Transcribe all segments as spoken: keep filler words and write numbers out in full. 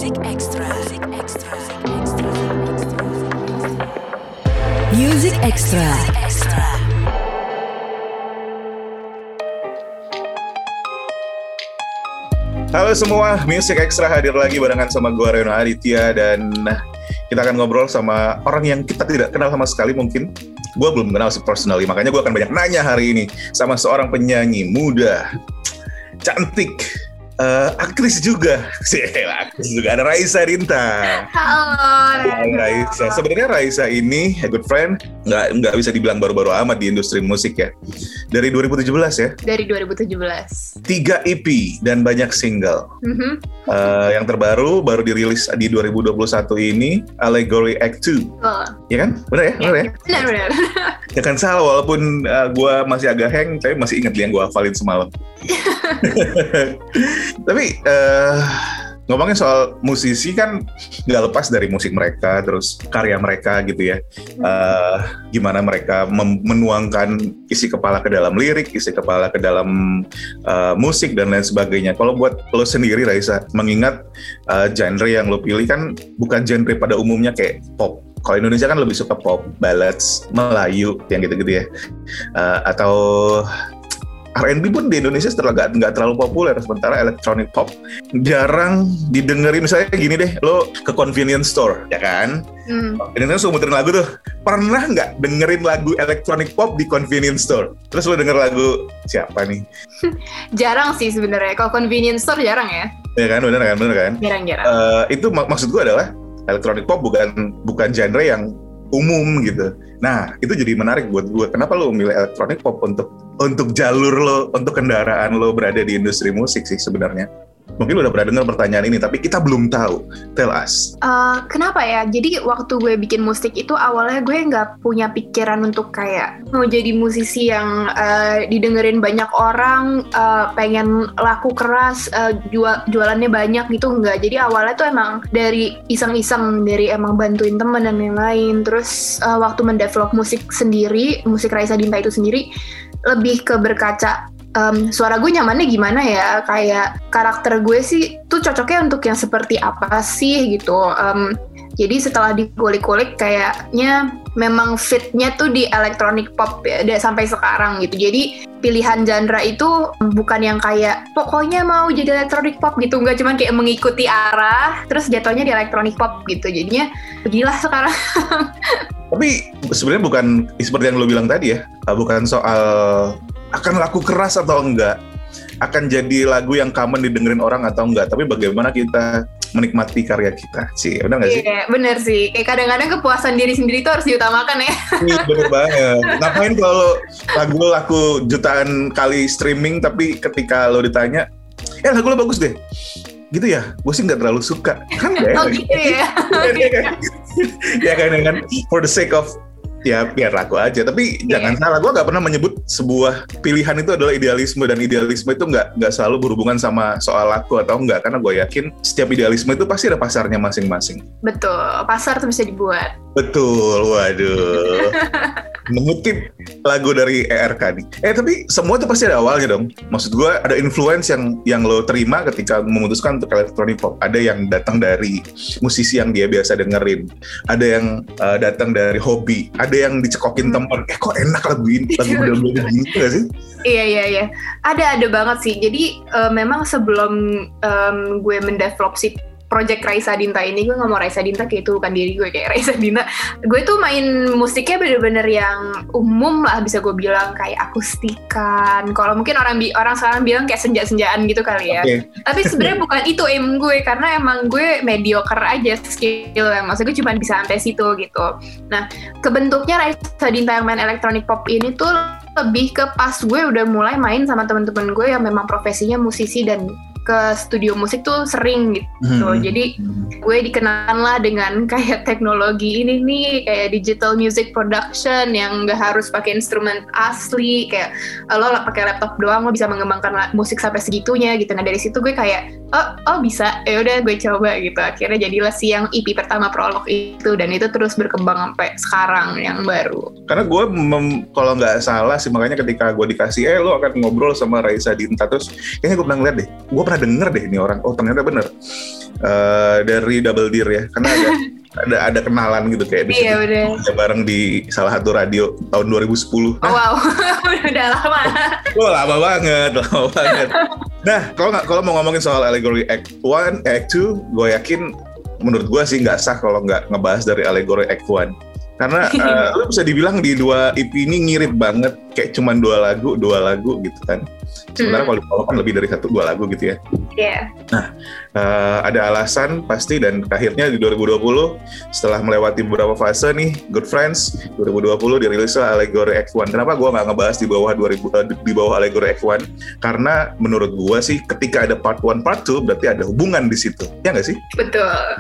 Music Extra. Music Extra. Music Extra. Halo semua, Music Extra hadir lagi barengan sama gue Reno Aditya. Dan kita akan ngobrol sama orang yang kita tidak kenal sama sekali mungkin. Gue belum kenal sih personally, makanya gue akan banyak nanya hari ini sama seorang penyanyi muda, cantik, Uh, aktris juga, sih aktris juga. Ada Raisa Dinta. Halo. Halo Raisa. Sebenarnya Raisa ini a good friend, nggak nggak bisa dibilang baru-baru amat di industri musik ya. Dari dua ribu tujuh belas ya. Dari dua ribu tujuh belas. Tiga E P dan banyak single. Mm-hmm. Uh, yang terbaru baru dirilis di dua ribu dua puluh satu ini, Allegory Act two. Oh. Ya kan? Benar ya? Benar ya? Benar benar. Ya kan salah, walaupun uh, gue masih agak hang, tapi masih ingat yang gue hafalin semalam. Tapi uh, ngomongin soal musisi kan nggak lepas dari musik mereka, terus karya mereka gitu ya. Uh, gimana mereka mem- menuangkan isi kepala ke dalam lirik, isi kepala ke dalam uh, musik dan lain sebagainya. Kalau buat lo sendiri Raisa, mengingat uh, genre yang lo pilih kan bukan genre pada umumnya kayak pop. Kalau Indonesia kan lebih suka pop, ballads, Melayu, yang gitu-gitu ya. Uh, atau R and B pun di Indonesia setelah gak, gak terlalu populer. Sementara electronic pop jarang didengerin. Misalnya gini deh, lo ke convenience store, ya kan? Hmm. Ini kan suka muterin lagu tuh. Pernah gak dengerin lagu electronic pop di convenience store? Terus lo denger lagu siapa nih? Jarang sih sebenarnya. Kalau convenience store jarang ya. Ya kan, bener kan, bener kan? Jarang-jarang. Uh, itu mak- maksud gue adalah electronic pop bukan bukan genre yang umum gitu. Nah, itu jadi menarik buat gue. Kenapa lo memilih electronic pop untuk untuk jalur lo, untuk kendaraan lo berada di industri musik sih sebenarnya? Mungkin lo udah pernah dengar pertanyaan ini, tapi kita belum tahu. Tell us. Uh, kenapa ya? Jadi waktu gue bikin musik itu awalnya gue nggak punya pikiran untuk kayak mau jadi musisi yang uh, didengerin banyak orang, uh, pengen laku keras, uh, jual jualannya banyak gitu, nggak. Jadi awalnya tuh emang dari iseng-iseng, dari emang bantuin temen dan yang lain. Terus uh, waktu mendevelop musik sendiri, musik Raisa Dinta itu sendiri, lebih ke berkaca. Um, suara gue nyamannya gimana ya, kayak karakter gue sih tuh cocoknya untuk yang seperti apa sih gitu. Um, jadi setelah dikulik-kulik kayaknya memang fitnya tuh di electronic pop ya, sampai sekarang gitu. Jadi pilihan genre itu bukan yang kayak pokoknya mau jadi electronic pop gitu, nggak cuman kayak mengikuti arah terus jatuhnya di electronic pop gitu. Jadinya beginilah sekarang. Tapi sebenarnya bukan seperti yang lo bilang tadi ya, bukan soal akan laku keras atau enggak, akan jadi lagu yang common didengerin orang atau enggak, tapi bagaimana kita menikmati karya kita sih, benar nggak sih? Iya, benar sih. Kayak kadang-kadang kepuasan diri sendiri itu harus diutamakan ya. Iya, bener banget. Ngapain kalau lagu lo laku jutaan kali streaming, tapi ketika lo ditanya, eh lagu lo bagus deh, gitu ya, gue sih nggak terlalu suka, kan? Oh gitu ya. Ya kan, kan, for the sake of ya biar laku aja, tapi yeah. Jangan salah, gue gak pernah menyebut sebuah pilihan itu adalah idealisme, dan idealisme itu gak, gak selalu berhubungan sama soal laku atau enggak, karena gue yakin setiap idealisme itu pasti ada pasarnya masing-masing. Betul, pasar tuh bisa dibuat. Betul, waduh. Mengutip lagu dari E R K nih. Eh tapi semua itu pasti ada awalnya dong. Maksud gue ada influence yang yang lo terima ketika memutuskan untuk electronic pop. Ada yang datang dari musisi yang dia biasa dengerin. Ada yang uh, datang dari hobi. Ada yang dicekokin teman. Eh kok enak lagu ini, lagu udah gitu gak sih? Iya iya iya. Ada ada banget sih. Jadi uh, memang sebelum um, gue mendevelop si project Raisa Dinta ini, gue nggak mau Raisa Dinta kayak itu bukan diri gue, kayak Raisa Dinta. Gue tuh main musiknya bener-bener yang umum lah, bisa gue bilang kayak akustikan. Kalau mungkin orang bi- orang sekarang bilang kayak senja-senjaan gitu kali ya. Okay. Tapi sebenarnya bukan itu aim gue, karena emang gue mediocre aja skill, maksudnya gue cuma bisa sampai situ gitu. Nah, kebentuknya Raisa Dinta yang main electronic pop ini tuh lebih ke pas gue udah mulai main sama teman-teman gue yang memang profesinya musisi dan ke studio musik tuh sering gitu. Hmm. Jadi gue dikenal lah dengan kayak teknologi ini nih, kayak digital music production yang gak harus pakai instrumen asli, kayak lo pakai laptop doang lo bisa mengembangkan musik sampai segitunya gitu. Nah dari situ gue kayak oh oh bisa, ya udah gue coba gitu. Akhirnya jadilah si yang E P pertama Prolog itu, dan itu terus berkembang sampai sekarang yang baru. Karena gue mem- kalau nggak salah sih, makanya ketika gue dikasih eh lo akan ngobrol sama Raisa Dinta, terus kayaknya gue pernah ngeliat deh, gue pernah denger deh ini orang, oh ternyata bener. uh, dari Double Deer ya, karena ada ada ada kenalan gitu kayak di Iya, situ bareng di salah satu radio tahun dua ribu sepuluh. Oh, wow, udah lama. Oh lama banget, lama banget. Nah kalau nggak kalau mau ngomongin soal Allegory Act one, Act two, gue yakin menurut gue sih nggak sah kalau nggak ngebahas dari Allegory Act one. Karena uh, lu bisa dibilang di dua E P ini ngirit banget, kayak cuman dua lagu, dua lagu gitu kan. Sementara hmm. kalau kan lebih dari satu dua lagu gitu ya. Iya. Yeah. Nah, uh, ada alasan pasti dan akhirnya di dua ribu dua puluh setelah melewati beberapa fase nih, Good Friends dua ribu dua puluh dirilislah Allegory Act one. Kenapa gue nggak ngebahas di bawah dua ribu uh, di bawah Allegory Act one? Karena menurut gue sih ketika ada part one, part two berarti ada hubungan di situ. Ya nggak sih? Betul.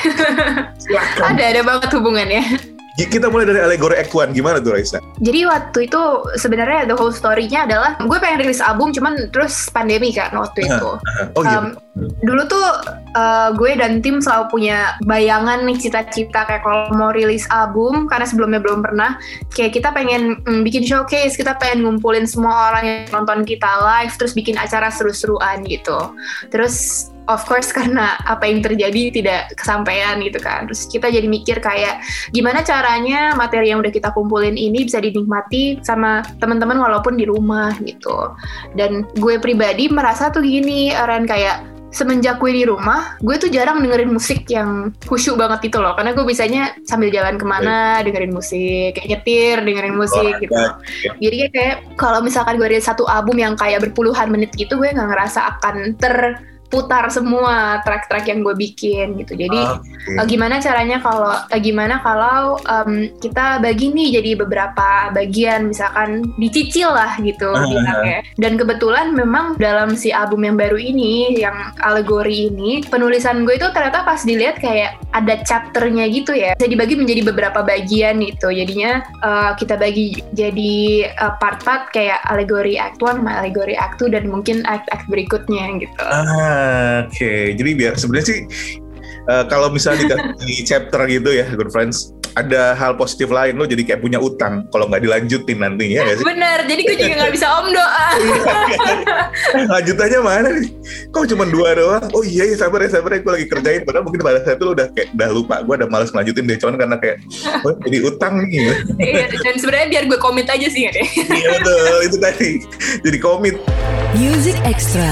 ada ada banget hubungannya. Kita mulai dari Allegory Act one, gimana tuh Raisa? Jadi waktu itu sebenarnya the whole story-nya adalah gue pengen rilis album cuman terus pandemi kan waktu itu. Oh iya. Um, dulu tuh uh, gue dan tim selalu punya bayangan nih cita-cita kayak kalau mau rilis album karena sebelumnya belum pernah. Kayak kita pengen mm, bikin showcase, kita pengen ngumpulin semua orang yang nonton kita live terus bikin acara seru-seruan gitu. Terus of course karena apa yang terjadi tidak kesampaian gitu kan. Terus kita jadi mikir kayak gimana caranya materi yang udah kita kumpulin ini bisa dinikmati sama teman-teman walaupun di rumah gitu. Dan gue pribadi merasa tuh gini, Ren, kayak semenjak gue di rumah, gue tuh jarang dengerin musik yang khusyuk banget gitu loh. Karena gue bisanya sambil jalan kemana dengerin musik, kayak nyetir dengerin musik oh, gitu. Ya. Jadi kayak kalau misalkan gue ada satu album yang kayak berpuluhan menit gitu, gue nggak ngerasa akan ter putar semua track-track yang gue bikin gitu. Jadi okay. uh, gimana caranya kalau uh, gimana kalau um, kita bagi nih jadi beberapa bagian, misalkan dicicil lah gitu uh-huh. bilangnya. Dan kebetulan memang dalam si album yang baru ini, yang Allegory ini, penulisan gue itu ternyata pas dilihat kayak ada chapternya gitu ya. Bisa dibagi menjadi beberapa bagian gitu. Jadinya uh, kita bagi jadi uh, part-part kayak Allegory Act one, Allegory Act two, dan mungkin act-act berikutnya gitu. Uh-huh. Oke, okay. Jadi biar sebenarnya sih uh, kalau misalnya di chapter gitu ya, Good Friends, ada hal positif lain, lo jadi kayak punya utang kalau nggak dilanjutin nantinya ya sih? Bener, jadi gue juga nggak bisa om doa. Lanjutannya mana nih? Kok cuma dua doang? Oh iya, ya, sabar ya, sabar ya, gue lagi kerjain. Padahal mungkin pada saat itu lo udah kayak udah lupa, gue udah malas ngelanjutin deh, cuman karena kayak oh, jadi utang nih. Iya, dan sebenarnya biar gue komit aja sih ya deh. Iya betul, itu tadi jadi komit. Music Extra.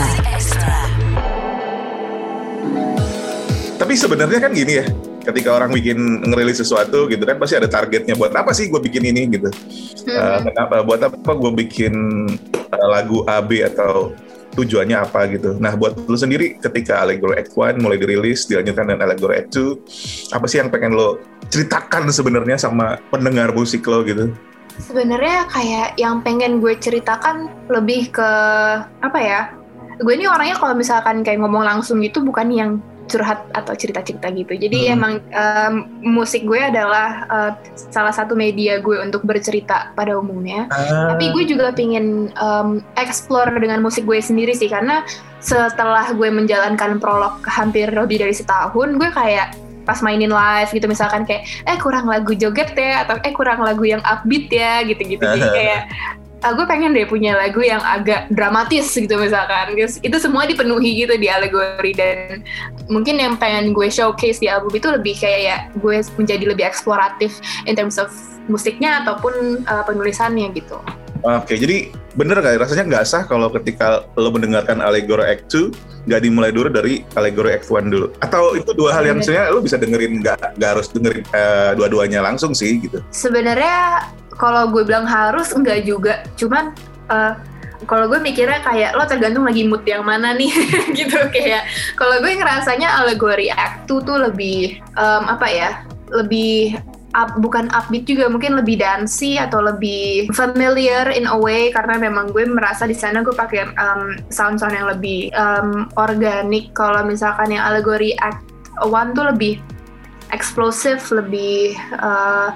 Tapi sebenarnya kan gini ya, ketika orang bikin ngerilis sesuatu gitu kan pasti ada targetnya, buat apa sih gue bikin ini gitu. Hmm. Uh, kenapa? Buat apa gue bikin uh, lagu A B atau tujuannya apa gitu. Nah buat lu sendiri ketika Allegory Act one mulai dirilis, dilanjutkan dengan Allegory Act two, apa sih yang pengen lo ceritakan sebenarnya sama pendengar musik lo gitu? Sebenarnya kayak yang pengen gue ceritakan lebih ke apa ya? Gue ini orangnya kalau misalkan kayak ngomong langsung gitu bukan yang curhat atau cerita-cerita gitu. Jadi hmm. emang um, musik gue adalah uh, salah satu media gue untuk bercerita pada umumnya. Ah. Tapi gue juga pengen um, explore dengan musik gue sendiri sih, karena setelah gue menjalankan prolog hampir lebih dari setahun, gue kayak pas mainin live gitu misalkan kayak eh kurang lagu joget ya, atau eh kurang lagu yang upbeat ya gitu-gitu. Jadi kayak Uh, gue pengen deh punya lagu yang agak dramatis gitu misalkan. Itu semua dipenuhi gitu di Allegory, dan mungkin yang pengen gue showcase di album itu lebih kayak ya gue menjadi lebih eksploratif in terms of musiknya ataupun uh, penulisannya gitu. Oke, jadi bener gak rasanya nggak sah kalau ketika lo mendengarkan Allegory Act two nggak dimulai dulu dari Allegory Act one dulu? Atau itu dua hal yang sebenarnya lo bisa dengerin, nggak nggak harus dengerin uh, dua-duanya langsung sih gitu? Sebenarnya kalau gue bilang harus, enggak juga. Cuman uh, kalau gue mikirnya kayak lo tergantung lagi mood yang mana nih gitu. Kayak kalau gue ngerasanya Allegory Act two tuh lebih um, apa ya, lebih up, bukan upbeat juga, mungkin lebih dancey atau lebih familiar in a way, karena memang gue merasa di sana gue pakai um, sound-sound yang lebih um, organik. Kalau misalkan yang Allegory Act one tuh lebih eksplosif, lebih uh,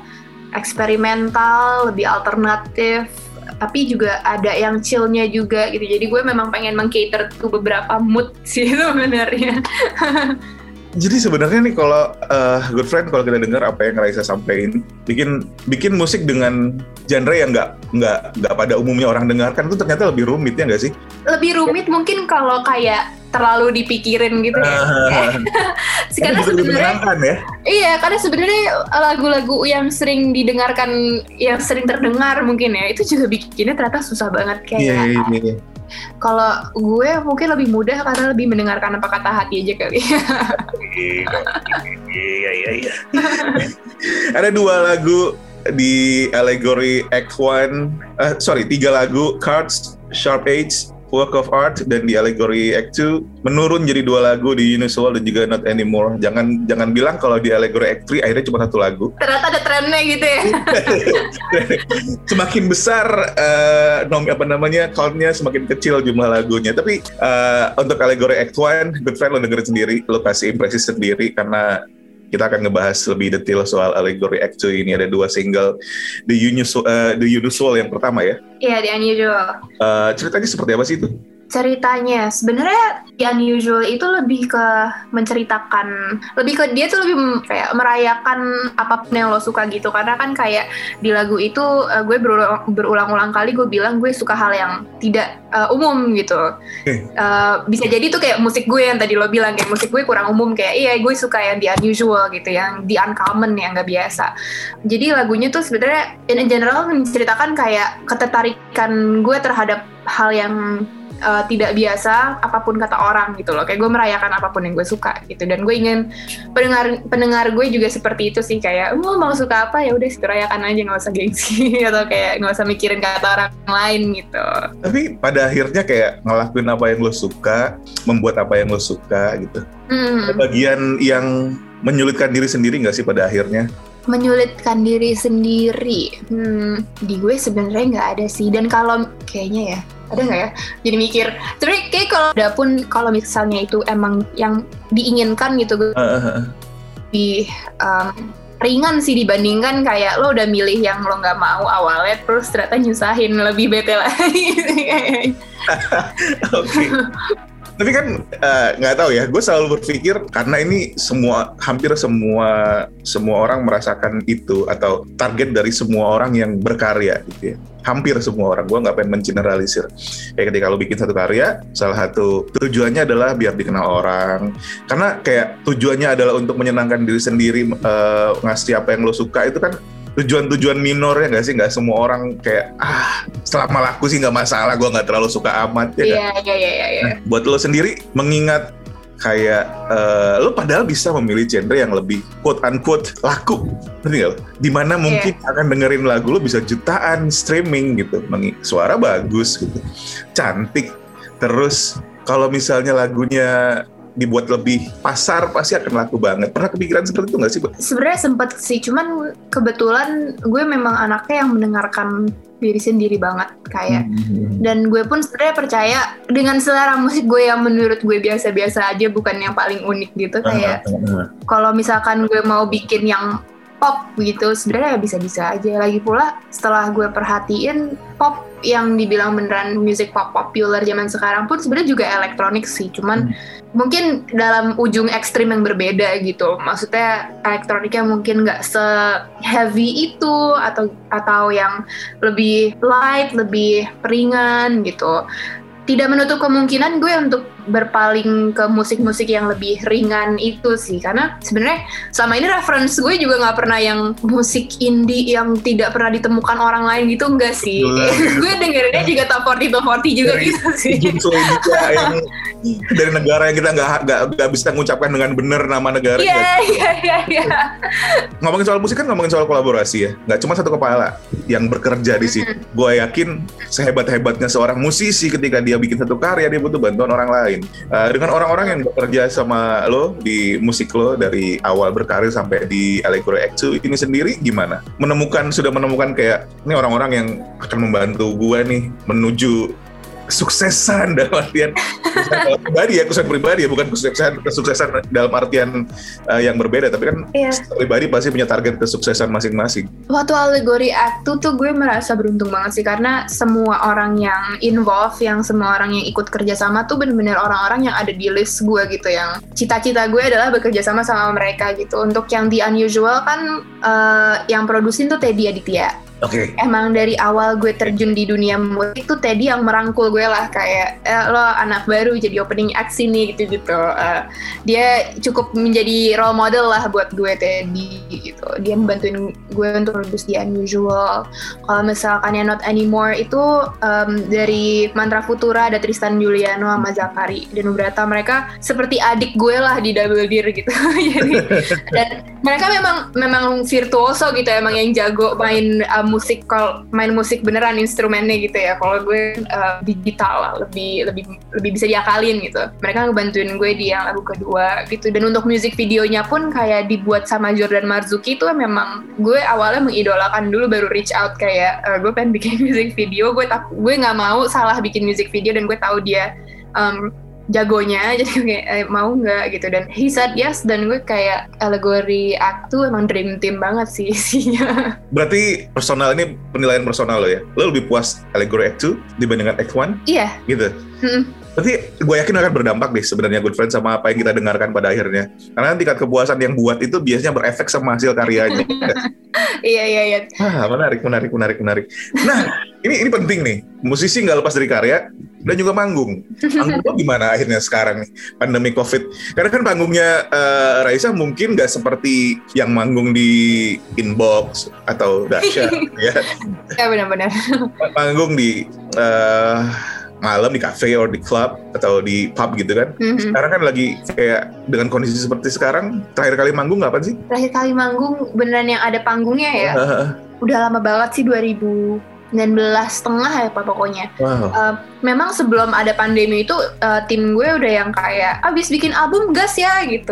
eksperimental, lebih alternatif, tapi juga ada yang chill-nya juga gitu. Jadi gue memang pengen meng-cater ke beberapa mood sih sebenarnya. Jadi sebenarnya nih kalau uh, Good Friend, kalau kita dengar apa yang Raisa sampaikan, bikin bikin musik dengan genre yang nggak nggak nggak pada umumnya orang dengarkan itu ternyata lebih rumit ya nggak sih? Lebih rumit mungkin kalau kayak terlalu dipikirin gitu ya. Karena sebenarnya ya? Iya, karena sebenarnya lagu-lagu yang sering didengarkan, yang sering terdengar mungkin ya, itu juga bikinnya ternyata susah banget kayak. Iya, iya, iya. Kalau gue mungkin lebih mudah karena lebih mendengarkan apa kata hati aja kali. Iya, iya, iya. Ada dua lagu di Allegory Act one, uh, sorry, tiga lagu, Cards, Sharp Edge, Work of Art, dan di Allegory Act two menurun jadi dua lagu di Unusual dan juga Not Anymore. Jangan jangan bilang kalau di Allegory Act three akhirnya cuma satu lagu. Ternyata ada trennya gitu ya. Semakin besar uh, nom apa namanya count-nya, semakin kecil jumlah lagunya. Tapi uh, untuk Allegory Act one, Good Friend lo dengerin sendiri, lo kasih impresi sendiri karena kita akan ngebahas lebih detail soal Allegory Act two ini. Ada dua single, The Unusual, uh, The Unusual yang pertama ya. Iya, The Unusual. Uh, ceritanya seperti apa sih itu? Ceritanya sebenarnya The Unusual itu lebih ke menceritakan, lebih ke dia tuh lebih kayak merayakan apapun yang lo suka gitu. Karena kan kayak di lagu itu uh, gue berulang, berulang-ulang kali gue bilang gue suka hal yang tidak uh, umum gitu. Uh, bisa jadi tuh kayak musik gue yang tadi lo bilang kayak musik gue kurang umum, kayak iya gue suka yang The Unusual gitu, yang The Uncommon, yang nggak biasa. Jadi lagunya tuh sebenarnya in general menceritakan kayak ketertarikan gue terhadap hal yang Uh, tidak biasa, apapun kata orang gitu loh. Kayak gue merayakan apapun yang gue suka gitu. Dan gue ingin pendengar pendengar gue juga seperti itu sih, kayak mau mau suka apa ya udah rayakan aja, nggak usah gengsi atau kayak nggak usah mikirin kata orang lain gitu. Tapi pada akhirnya kayak ngelakuin apa yang lo suka, membuat apa yang lo suka gitu. Hmm. Ada bagian yang menyulitkan diri sendiri nggak sih pada akhirnya? Menyulitkan diri sendiri, hmm, di gue sebenarnya nggak ada sih. Dan kalau kayaknya ya ada nggak ya? Jadi mikir. Sebenarnya kayak kalau ada pun kalau misalnya itu emang yang diinginkan gitu, gue uh-huh. lebih um, ringan sih dibandingkan kayak lo udah milih yang lo nggak mau awalnya, terus ternyata nyusahin, lebih bete lagi. Oke. Tapi kan nggak uh, tahu ya, gue selalu berpikir karena ini semua, hampir semua semua orang merasakan itu, atau target dari semua orang yang berkarya gitu ya. Hampir semua orang, gue nggak pengen mengeneralisir. Kayak ketika lo bikin satu karya, salah satu tujuannya adalah biar dikenal orang. Karena kayak tujuannya adalah untuk menyenangkan diri sendiri, uh, ngasih apa yang lo suka, itu kan tujuan-tujuan minor ya nggak sih? Nggak semua orang kayak ah selama laku sih nggak masalah, gue nggak terlalu suka amat ya. Iya iya iya iya. Nah, buat lo sendiri mengingat kayak uh, lo padahal bisa memilih genre yang lebih quote unquote laku, ngerti nggak lo? Dimana mungkin yeah. akan dengerin lagu lo bisa jutaan streaming gitu, suara bagus gitu, cantik, terus kalau misalnya lagunya dibuat lebih pasar pasti akan laku banget. Pernah kepikiran seperti itu nggak sih? Sebenarnya sempet sih, cuman kebetulan gue memang anaknya yang mendengarkan diri sendiri banget kayak, hmm. dan gue pun sebenarnya percaya dengan selera musik gue yang menurut gue biasa-biasa aja, bukan yang paling unik gitu kayak. Uh-huh. Kalau misalkan gue mau bikin yang pop gitu, sebenarnya bisa-bisa aja. Lagi pula setelah gue perhatiin, pop yang dibilang beneran music pop populer zaman sekarang pun sebenarnya juga elektronik sih, cuman hmm. mungkin dalam ujung ekstrim yang berbeda gitu. Maksudnya elektroniknya mungkin nggak se-heavy itu, atau atau yang lebih light, lebih ringan gitu. Tidak menutup kemungkinan gue untuk berpaling ke musik-musik yang lebih ringan itu sih, karena sebenarnya selama ini reference gue juga nggak pernah yang musik indie yang tidak pernah ditemukan orang lain gitu, enggak sih. Gue dengerinnya juga top forty top forty juga dari, gitu sih. yang dari negara yang kita nggak nggak nggak bisa mengucapkan dengan benar nama negara. Iya iya iya iya. Ngomongin soal musik kan ngomongin soal kolaborasi ya, nggak cuma satu kepala yang bekerja di sini. Mm-hmm. Gue yakin sehebat-hebatnya seorang musisi ketika dia bikin satu karya, dia butuh bantuan orang lain. Uh, dengan orang-orang yang bekerja sama lo di musik lo dari awal berkarir sampai di Allegory Act two ini sendiri gimana? Menemukan, sudah menemukan kayak ini orang-orang yang akan membantu gue nih menuju kesuksesan dalam artian kesuksesan pribadi ya, kesuksesan pribadi ya, bukan kesuksesan kesuksesan dalam artian uh, yang berbeda, tapi kan yeah. pribadi pasti punya target kesuksesan masing-masing. Waktu Allegory Act two tuh gue merasa beruntung banget sih, karena semua orang yang involved, yang semua orang yang ikut kerjasama tuh benar-benar orang-orang yang ada di list gue gitu, yang cita-cita gue adalah bekerja sama sama mereka gitu. Untuk yang The Unusual kan uh, yang produsin tuh Teddy Aditya. Oke. Okay. Emang dari awal gue terjun di dunia musik tuh Teddy yang merangkul gue lah, kayak eh, lo anak baru jadi opening act sini gitu-gitu. Uh, dia cukup menjadi role model lah buat gue, Teddy gitu. Dia membantuin gue untuk produce The Unusual. Kalau misalkan yang Not Anymore itu um, dari Mantra Futura ada Tristan Juliano sama Zakari dan Ubrata. Mereka seperti adik gue lah di Double Deer gitu. Jadi, dan mereka memang memang virtuoso gitu, emang yang jago main um, musik, kalau main musik beneran instrumennya gitu ya. Kalau gue uh, digital lah, lebih lebih lebih bisa diakalin gitu. Mereka ngebantuin gue di yang lagu kedua gitu. Dan untuk music videonya pun kayak dibuat sama Jordan Marzuki itu memang gue awalnya mengidolakan dulu, baru reach out kayak uh, gue pengen bikin music video. Gue tak gue nggak mau salah bikin music video dan gue tahu dia um, jagonya, jadi kayak eh, mau nggak gitu, dan he said yes, dan gue kayak Allegory Act tuh emang dream team banget sih isinya. Berarti personal ini penilaian personal lo ya, lo lebih puas Allegory Act two dibandingkan Act one? Iya. Gitu? Mm-mm. Berarti gue yakin akan berdampak deh sebenarnya Good Friends sama apa yang kita dengarkan pada akhirnya, karena tingkat kepuasan yang buat itu biasanya berefek sama hasil karyanya. Iya iya iya. Ah, menarik menarik menarik menarik. Nah, ini ini penting nih, musisi nggak lepas dari karya dan juga manggung. Manggung lo gimana akhirnya sekarang nih, pandemi COVID? Karena kan panggungnya uh, Raisa mungkin nggak seperti yang manggung di Inbox atau Dahsyat ya. Ya benar-benar. Panggung di uh, malam di cafe or di club atau di pub gitu kan. Mm-hmm. Sekarang kan lagi kayak dengan kondisi seperti sekarang, terakhir kali manggung kapan sih? Terakhir kali manggung beneran yang ada panggungnya ya. Udah lama banget sih, dua ribu sembilan belas setengah ya pokoknya. Wow. Uh, memang sebelum ada pandemi itu uh, tim gue udah yang kayak abis bikin album gas ya gitu.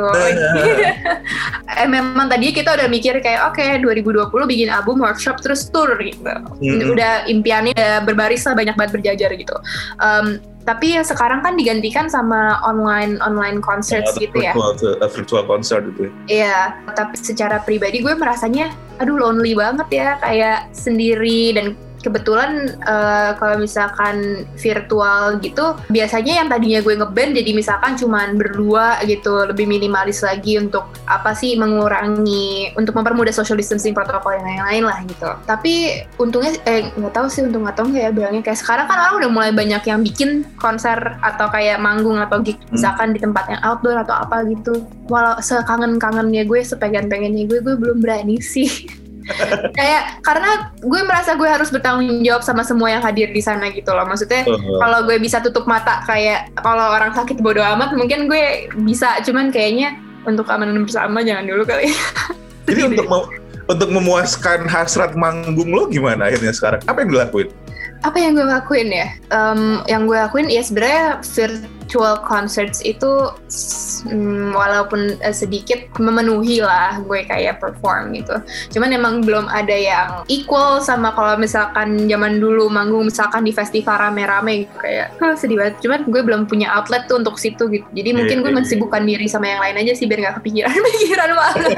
eh, memang tadi kita udah mikir kayak oke okay, dua ribu dua puluh bikin album, workshop, terus tour gitu. Mm-hmm. Udah impiannya udah berbaris lah, banyak banget berjajar gitu. Um, tapi yang sekarang kan digantikan sama online online concerts ya, gitu virtual, ya. Uh, virtual concert gitu. Iya, tapi secara pribadi gue merasanya aduh lonely banget ya, kayak sendiri. Dan kebetulan uh, kalau misalkan virtual gitu, biasanya yang tadinya gue ngeband jadi misalkan cuman berdua gitu, lebih minimalis lagi untuk apa sih, mengurangi, untuk mempermudah social distancing, protokol yang lain-lain lah gitu. Tapi untungnya eh nggak tahu sih untung atau nggak ya bilangnya, kayak sekarang kan orang udah mulai banyak yang bikin konser atau kayak manggung atau gig misalkan di tempat yang outdoor atau apa gitu. Walau sekangen-kangennya gue, sepengen-pengennya gue, gue belum berani sih. Kayak karena gue merasa gue harus bertanggung jawab sama semua yang hadir di sana gitu loh. Maksudnya uh-huh. kalau gue bisa tutup mata kayak kalau orang sakit bodo amat, mungkin gue bisa, cuman kayaknya untuk keamanan bersama jangan dulu kali. Jadi untuk mem- untuk memuaskan hasrat manggung lo gimana akhirnya sekarang? Apa yang dilakuin? Apa yang gue lakuin ya? Um, yang gue lakuin ya sebenarnya virtual concerts itu um, walaupun uh, sedikit memenuhi lah gue kayak perform gitu. Cuman emang belum ada yang equal sama kalau misalkan zaman dulu manggung misalkan di festival rame-rame gitu, kayak oh, sedih banget. Cuman gue belum punya outlet tuh untuk situ gitu. Jadi yeah, mungkin gue yeah, mensibukkan yeah. diri sama yang lain aja sih biar nggak kepikiran-pikiran banget.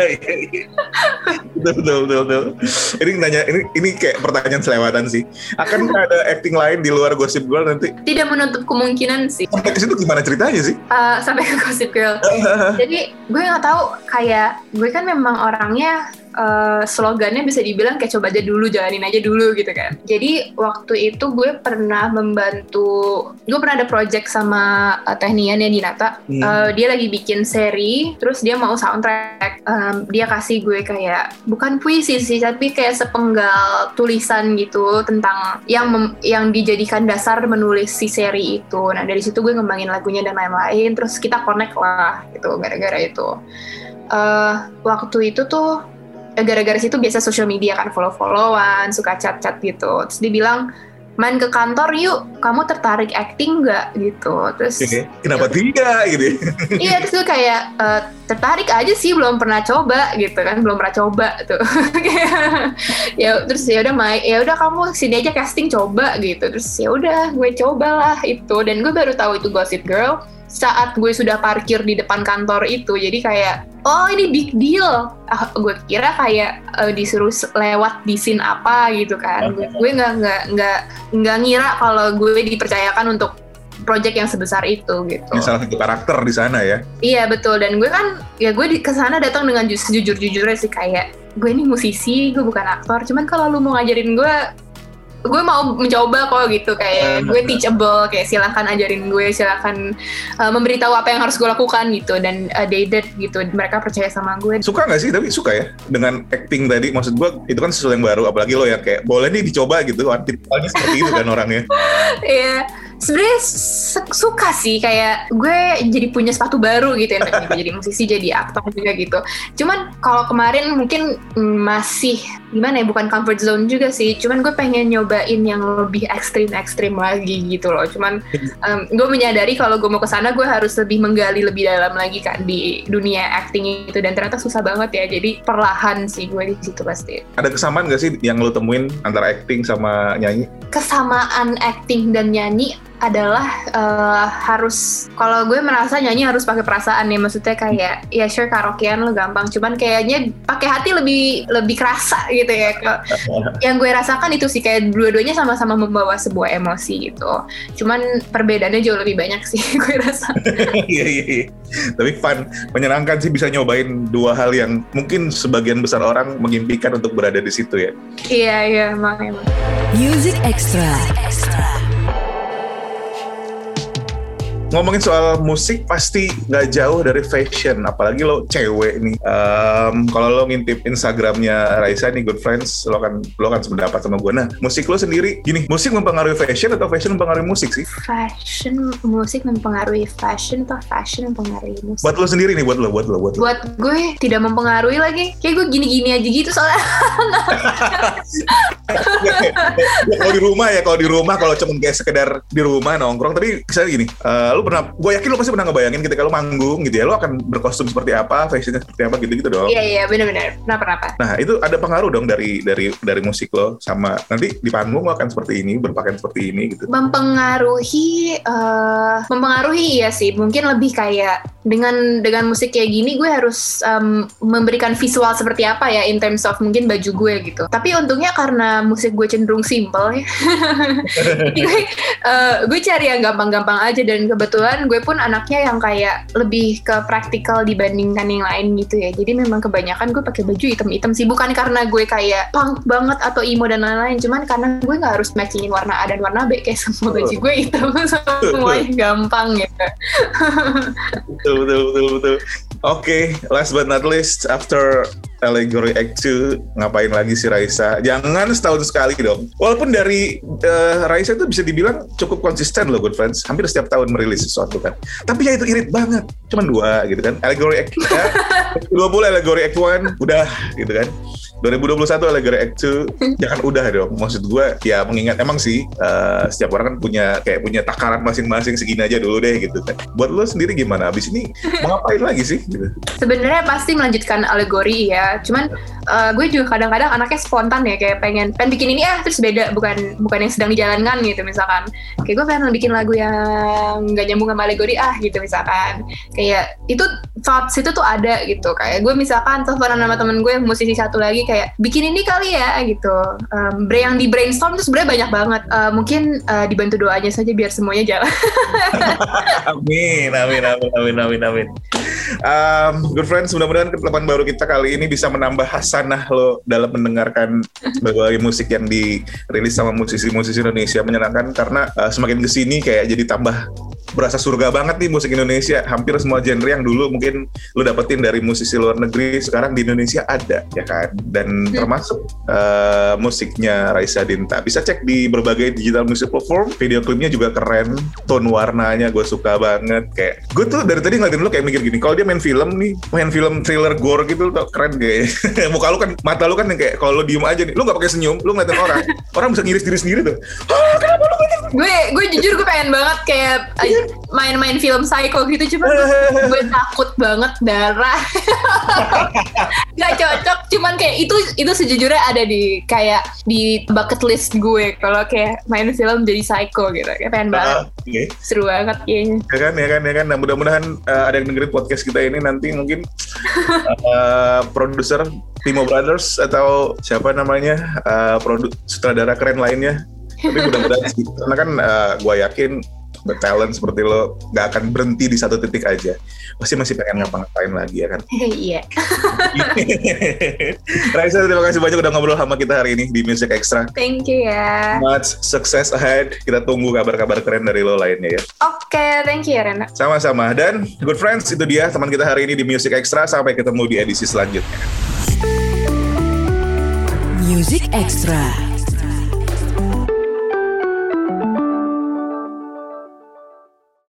betul, betul, betul, betul. Ini nanya, ini ini kayak pertanyaan selewatan sih. Akan ada acting lain di luar Gossip Girl nanti? Tidak menutup kemungkinan sih. Sampai ke situ gimana ceritanya sih? Uh, sampai ke Gossip Girl. Jadi gue nggak tahu, kayak gue kan memang orangnya uh, slogannya bisa dibilang kayak coba aja dulu, jalanin aja dulu gitu kan. Jadi waktu itu gue pernah membantu, gue pernah ada project sama uh, Technian ya, Dinata. Hmm. Uh, dia lagi bikin seri, terus dia mau soundtrack. Um, dia kasih gue kayak bukan puisi sih, tapi kayak sepenggal tulisan gitu tentang yang mem- yang dijadikan dasar menulis si seri itu. Nah dari situ gue ngembangin lagunya dan lain-lain. Terus kita connect lah gitu gara-gara itu. Uh, waktu itu tuh gara-gara situ biasa social media kan, follow-followan, suka chat-chat gitu. Terus dia bilang, main ke kantor yuk, kamu tertarik acting nggak gitu. Terus okay. Kenapa tidak gitu? Iya, terus gue kayak e, tertarik aja sih, belum pernah coba gitu kan, belum pernah coba tuh. Ya terus ya udah main, ya udah kamu sini aja casting coba gitu. Terus ya udah gue cobalah itu, dan gue baru tahu itu Gossip Girl saat gue sudah parkir di depan kantor itu. Jadi kayak oh ini big deal. Ah, gue kira kayak uh, disuruh lewat di scene apa gitu kan. Okay. Gue nggak nggak nggak nggak ngira kalau gue dipercayakan untuk project yang sebesar itu gitu. Yang salah satu karakter di sana ya. Iya betul, dan gue kan ya gue di kesana datang dengan jujur-jujurnya sih kayak gue ini musisi, gue bukan aktor. Cuman kalau lu mau ngajarin gue, gue mau mencoba kok gitu. Kayak gue teachable, kayak silahkan ajarin gue, silahkan uh, memberitahu apa yang harus gue lakukan gitu. Dan uh, they did gitu, mereka percaya sama gue. Suka gak sih? Tapi suka ya dengan acting tadi. Maksud gue itu kan sesuatu yang baru, apalagi lo yang kayak boleh nih dicoba gitu. Artinya seperti itu kan orangnya. Iya. Sebenarnya suka sih, kayak gue jadi punya sepatu baru gitu ya, jadi musisi, jadi aktor juga gitu. Cuman kalau kemarin mungkin masih gimana ya, bukan comfort zone juga sih. Cuman gue pengen nyobain yang lebih ekstrim-ekstrim lagi gitu loh. Cuman um, gue menyadari kalau gue mau kesana gue harus lebih menggali lebih dalam lagi kan di dunia acting itu, dan ternyata susah banget ya. Jadi perlahan sih gue di situ pasti. Ada kesamaan gak sih yang lo temuin antara acting sama nyanyi? Kesamaan acting dan nyanyi adalah uh, harus, kalau gue merasa nyanyi harus pakai perasaan ya, maksudnya kayak ya sure karaokean lo gampang, cuman kayaknya pakai hati lebih lebih kerasa gitu ya. Yang gue rasakan itu sih kayak dua-duanya sama-sama membawa sebuah emosi gitu, cuman perbedaannya jauh lebih banyak sih gue rasa. Iya iya iya, tapi fun, menyenangkan sih bisa nyobain dua hal yang mungkin sebagian besar orang mengimpikan untuk berada di situ ya. Iya iya emang emang. Music Extra. Ngomongin soal musik pasti nggak jauh dari fashion, apalagi lo cewek nih. Um, kalau lo ngintip Instagramnya Raisa nih, Good Friends, lo kan lo kan sependapat sama gue. Nah, musik lo sendiri gini, musik mempengaruhi fashion atau fashion mempengaruhi musik sih? Fashion, musik mempengaruhi fashion atau fashion mempengaruhi musik? Buat lo sendiri nih, buat lo, buat lo, buat lo. Buat gue tidak mempengaruhi lagi. Kayak gue gini-gini aja gitu soalnya. Ya, kalau di rumah ya, kalau di rumah kalau cuma kayak sekedar di rumah nongkrong. Tapi misalnya gini, uh, lu pernah, gue yakin lu pasti pernah ngebayangin ketika lu manggung gitu ya, lu akan berkostum seperti apa, fashionnya seperti apa gitu-gitu dong. Iya iya benar-benar. Kenapa-kenapa? Nah itu ada pengaruh dong dari dari dari musik lo sama nanti di panggung lo akan seperti ini, berpakaian seperti ini gitu. Mempengaruhi, uh, mempengaruhi iya sih. Mungkin lebih kayak dengan dengan musik kayak gini gue harus um, memberikan visual seperti apa ya in terms of mungkin baju gue gitu. Tapi untungnya karena musik gue cenderung simple ya. Jadi gue, uh, gue cari yang gampang-gampang aja, dan kebetulan gue pun anaknya yang kayak lebih ke praktikal dibandingkan yang lain gitu ya. Jadi memang kebanyakan gue pakai baju hitam-hitam sih, bukan karena gue kayak punk banget atau emo dan lain-lain, cuman karena gue nggak harus matchingin warna A dan warna B, kayak semua baju gue hitam, semuanya gampang gitu. Betul betul betul betul. Oke, okay, last but not least, after Allegory Act two, ngapain lagi sih Raisa? Jangan setahun sekali dong. Walaupun dari uh, Raisa itu bisa dibilang cukup konsisten loh, Good Friends. Hampir setiap tahun merilis sesuatu kan. Tapi ya itu irit banget. Cuman dua gitu kan. Allegory Act ya, dua puluh Allegory Act one, udah gitu kan. dua ribu dua puluh satu Allegory Act two, jangan udah dong. Maksud gue ya mengingat emang sih uh, setiap orang kan punya kayak punya takaran masing-masing, segini aja dulu deh gitu kan. Buat lo sendiri gimana? Abis ini mau ngapain lagi sih? Gitu. Sebenarnya pasti melanjutkan Allegory ya. Cuman uh, gue juga kadang-kadang anaknya spontan ya, kayak pengen pengen bikin ini ah terus beda, bukan bukan yang sedang dijalankan gitu misalkan. Kayak gue pengen bikin lagu yang nggak nyambung sama Allegory ah gitu misalkan. Kayak itu thoughts itu tuh ada gitu. Kayak gue misalkan teleponan sama temen gue musisi satu lagi, kayak bikin ini kali ya gitu. Um, yang di brainstorm tuh sebenarnya banyak banget. Uh, mungkin uh, dibantu doanya saja biar semuanya jalan. Amin, amin, amin, amin, amin, amin. Um, Good Friends, mudah-mudahan ketelapan baru kita kali ini bisa menambah hasanah lo dalam mendengarkan berbagai musik yang dirilis sama musisi-musisi Indonesia. Menyenangkan karena uh, semakin kesini kayak jadi tambah berasa surga banget nih musik Indonesia. Hampir semua genre yang dulu mungkin lo dapetin dari musisi luar negeri, sekarang di Indonesia ada, ya kan? Dan termasuk uh, musiknya Raisa Dinta. Bisa cek di berbagai digital music platform. Video klipnya juga keren, tone warnanya gue suka banget. Kayak gue tuh dari tadi ngeliatin lo kayak mikir gini, kalau dia main film nih, main film thriller gore gitu tuh keren kayak. Muka lu kan, mata lu kan yang kayak kalau lo diem aja nih, lu nggak pakai senyum, lu ngeliatin orang, orang bisa ngiris diri sendiri tuh. Ah, kenapa lu gitu? Gue gue jujur gue pengen banget kayak main-main film psycho gitu, cuma gue takut banget darah. Gak cocok, cuman kayak itu itu sejujurnya ada di kayak di bucket list gue kalau kayak main film jadi psycho gitu, kayak pengen banget. Uh, okay. Seru banget kayaknya. Ya kan, ya kan, ya kan. Nah, mudah-mudahan uh, ada yang dengerin podcast kita ini nanti mungkin uh, produser Timo Brothers atau siapa namanya uh, produk sutradara keren lainnya. Tapi mudah-mudahan sih, karena kan uh, gue yakin talent seperti lo gak akan berhenti di satu titik aja. Pasti masih pengen ngapa-ngapain lagi ya kan? Iya. Raisa, terima kasih banyak udah ngobrol sama kita hari ini di Music Extra. Thank you ya. Much success ahead. Kita tunggu kabar-kabar keren dari lo lainnya ya. Oke, okay, thank you ya Rena. Sama-sama. Dan good friends, itu dia teman kita hari ini di Music Extra. Sampai ketemu di edisi selanjutnya. Music Extra.